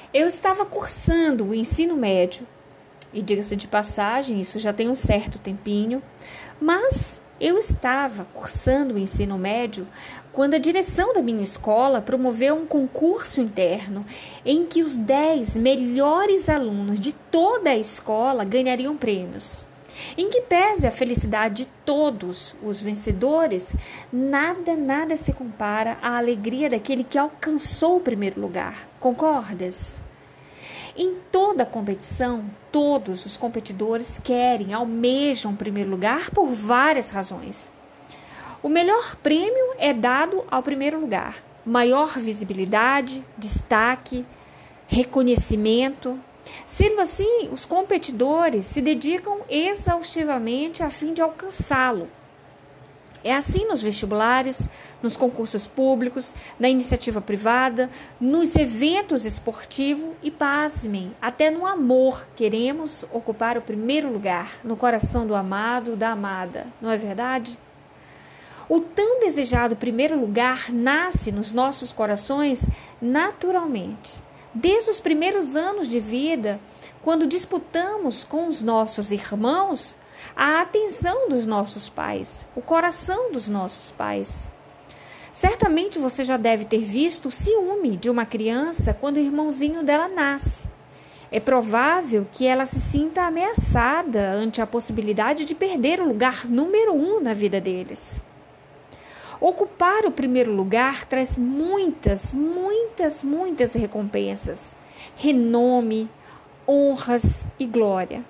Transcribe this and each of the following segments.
Eu estava cursando o ensino médio, e diga-se de passagem, isso já tem um certo tempinho, mas eu estava cursando o ensino médio quando a direção da minha escola promoveu um concurso interno em que os 10 melhores alunos de toda a escola ganhariam prêmios. Em que pese a felicidade de todos os vencedores, nada se compara à alegria daquele que alcançou o primeiro lugar. Concordas? Em toda a competição, todos os competidores almejam o primeiro lugar por várias razões. O melhor prêmio é dado ao primeiro lugar. Maior visibilidade, destaque, reconhecimento. Sendo assim, os competidores se dedicam exaustivamente a fim de alcançá-lo. É assim nos vestibulares, nos concursos públicos, na iniciativa privada, nos eventos esportivos e, pasmem, até no amor queremos ocupar o primeiro lugar no coração do amado, da amada, não é verdade? O tão desejado primeiro lugar nasce nos nossos corações naturalmente. Desde os primeiros anos de vida, quando disputamos com os nossos irmãos a atenção dos nossos pais, o coração dos nossos pais. Certamente você já deve ter visto o ciúme de uma criança quando o irmãozinho dela nasce. É provável que ela se sinta ameaçada ante a possibilidade de perder o lugar número 1 na vida deles. Ocupar o primeiro lugar traz muitas recompensas, renome, honras e glória.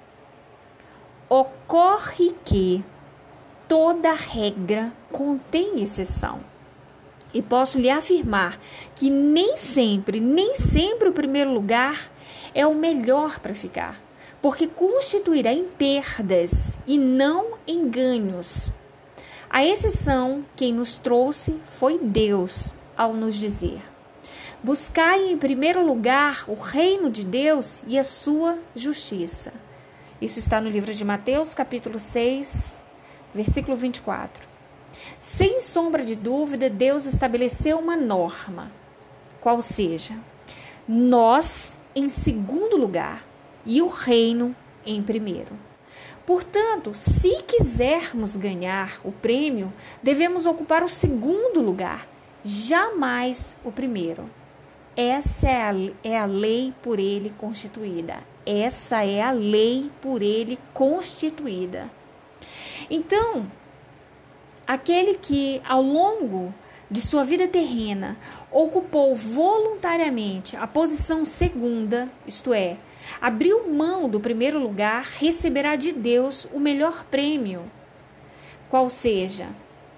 Ocorre que toda regra contém exceção. E posso lhe afirmar que nem sempre o primeiro lugar é o melhor para ficar, porque constituirá em perdas e não em ganhos. A exceção, quem nos trouxe foi Deus, ao nos dizer: buscai em primeiro lugar o reino de Deus e a sua justiça. Isso está no livro de Mateus, capítulo 6, versículo 24. Sem sombra de dúvida, Deus estabeleceu uma norma, qual seja, nós em segundo lugar e o reino em primeiro. Portanto, se quisermos ganhar o prêmio, devemos ocupar o segundo lugar, jamais o primeiro. Essa é a lei por ele constituída. Essa é a lei por ele constituída. Então, aquele que ao longo de sua vida terrena ocupou voluntariamente a posição segunda, isto é, abriu mão do primeiro lugar, receberá de Deus o melhor prêmio, qual seja,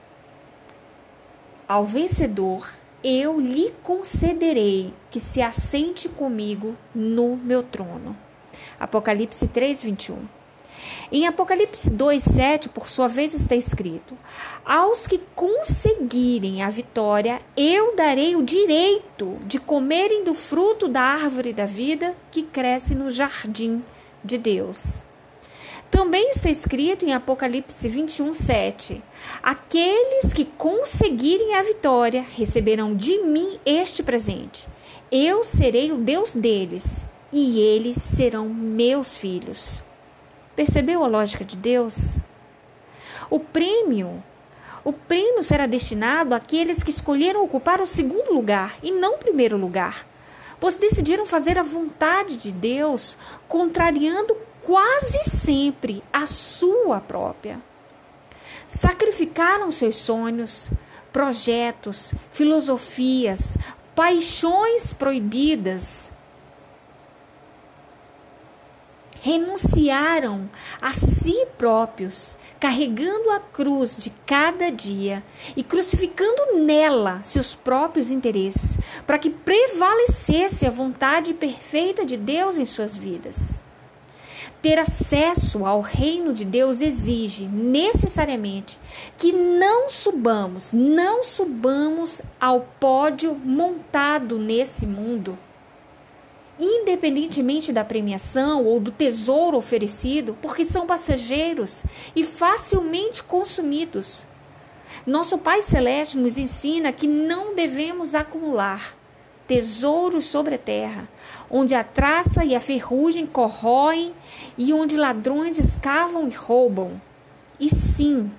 ao vencedor eu lhe concederei que se assente comigo no meu trono. Apocalipse 3:21. Em Apocalipse 2:7, por sua vez, está escrito: aos que conseguirem a vitória, eu darei o direito de comerem do fruto da árvore da vida que cresce no jardim de Deus. Também está escrito em Apocalipse 21:7: aqueles que conseguirem a vitória receberão de mim este presente. Eu serei o Deus deles e eles serão meus filhos. Percebeu a lógica de Deus? O prêmio será destinado àqueles que escolheram ocupar o segundo lugar e não o primeiro lugar, pois decidiram fazer a vontade de Deus, contrariando quase sempre a sua própria. Sacrificaram seus sonhos, projetos, filosofias, paixões proibidas. Renunciaram a si próprios, carregando a cruz de cada dia e crucificando nela seus próprios interesses, para que prevalecesse a vontade perfeita de Deus em suas vidas. Ter acesso ao reino de Deus exige necessariamente que não subamos ao pódio montado nesse mundo. Independentemente da premiação ou do tesouro oferecido, porque são passageiros e facilmente consumidos. Nosso Pai Celeste nos ensina que não devemos acumular, tesouros sobre a terra, onde a traça e a ferrugem corroem e onde ladrões escavam e roubam. E sim,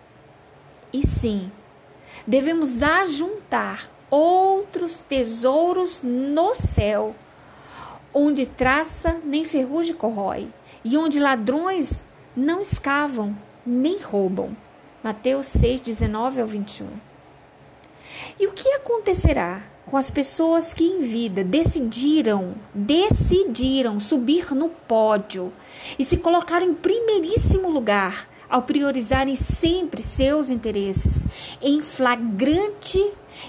devemos ajuntar outros tesouros no céu, onde traça nem ferrugem corrói, e onde ladrões não escavam nem roubam. Mateus 6, 19 ao 21. E o que acontecerá com as pessoas que em vida decidiram subir no pódio e se colocaram em primeiríssimo lugar, ao priorizarem sempre seus interesses, em flagrante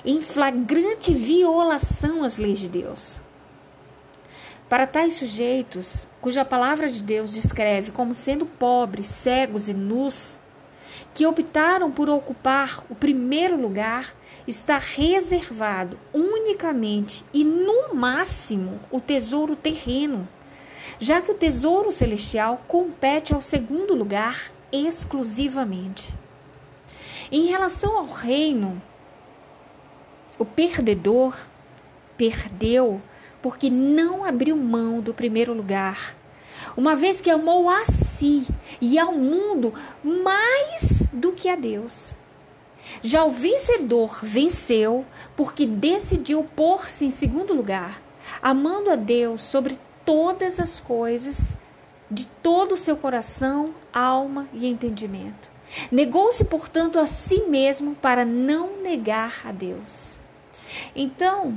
violação às leis de Deus? Para tais sujeitos, cuja palavra de Deus descreve como sendo pobres, cegos e nus, que optaram por ocupar o primeiro lugar, está reservado unicamente e no máximo o tesouro terreno, já que o tesouro celestial compete ao segundo lugar exclusivamente. Em relação ao reino, o perdedor perdeu porque não abriu mão do primeiro lugar, uma vez que amou a si e ao mundo mais do que a Deus. Já o vencedor venceu porque decidiu pôr-se em segundo lugar, amando a Deus sobre todas as coisas, de todo o seu coração, alma e entendimento. Negou-se, portanto, a si mesmo para não negar a Deus. Então,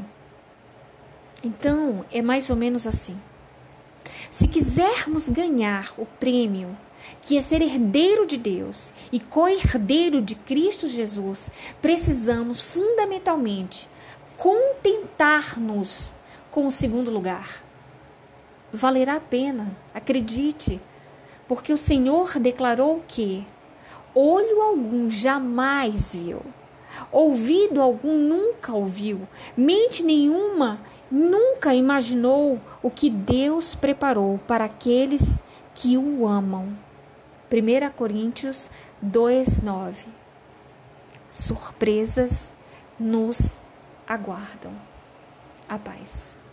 é mais ou menos assim. Se quisermos ganhar o prêmio, que é ser herdeiro de Deus e co-herdeiro de Cristo Jesus, precisamos fundamentalmente contentar-nos com o segundo lugar. Valerá a pena, acredite, porque o Senhor declarou que olho algum jamais viu, ouvido algum nunca ouviu, mente nenhuma nunca imaginou o que Deus preparou para aqueles que o amam. 1 Coríntios 2:9. Surpresas nos aguardam. A paz.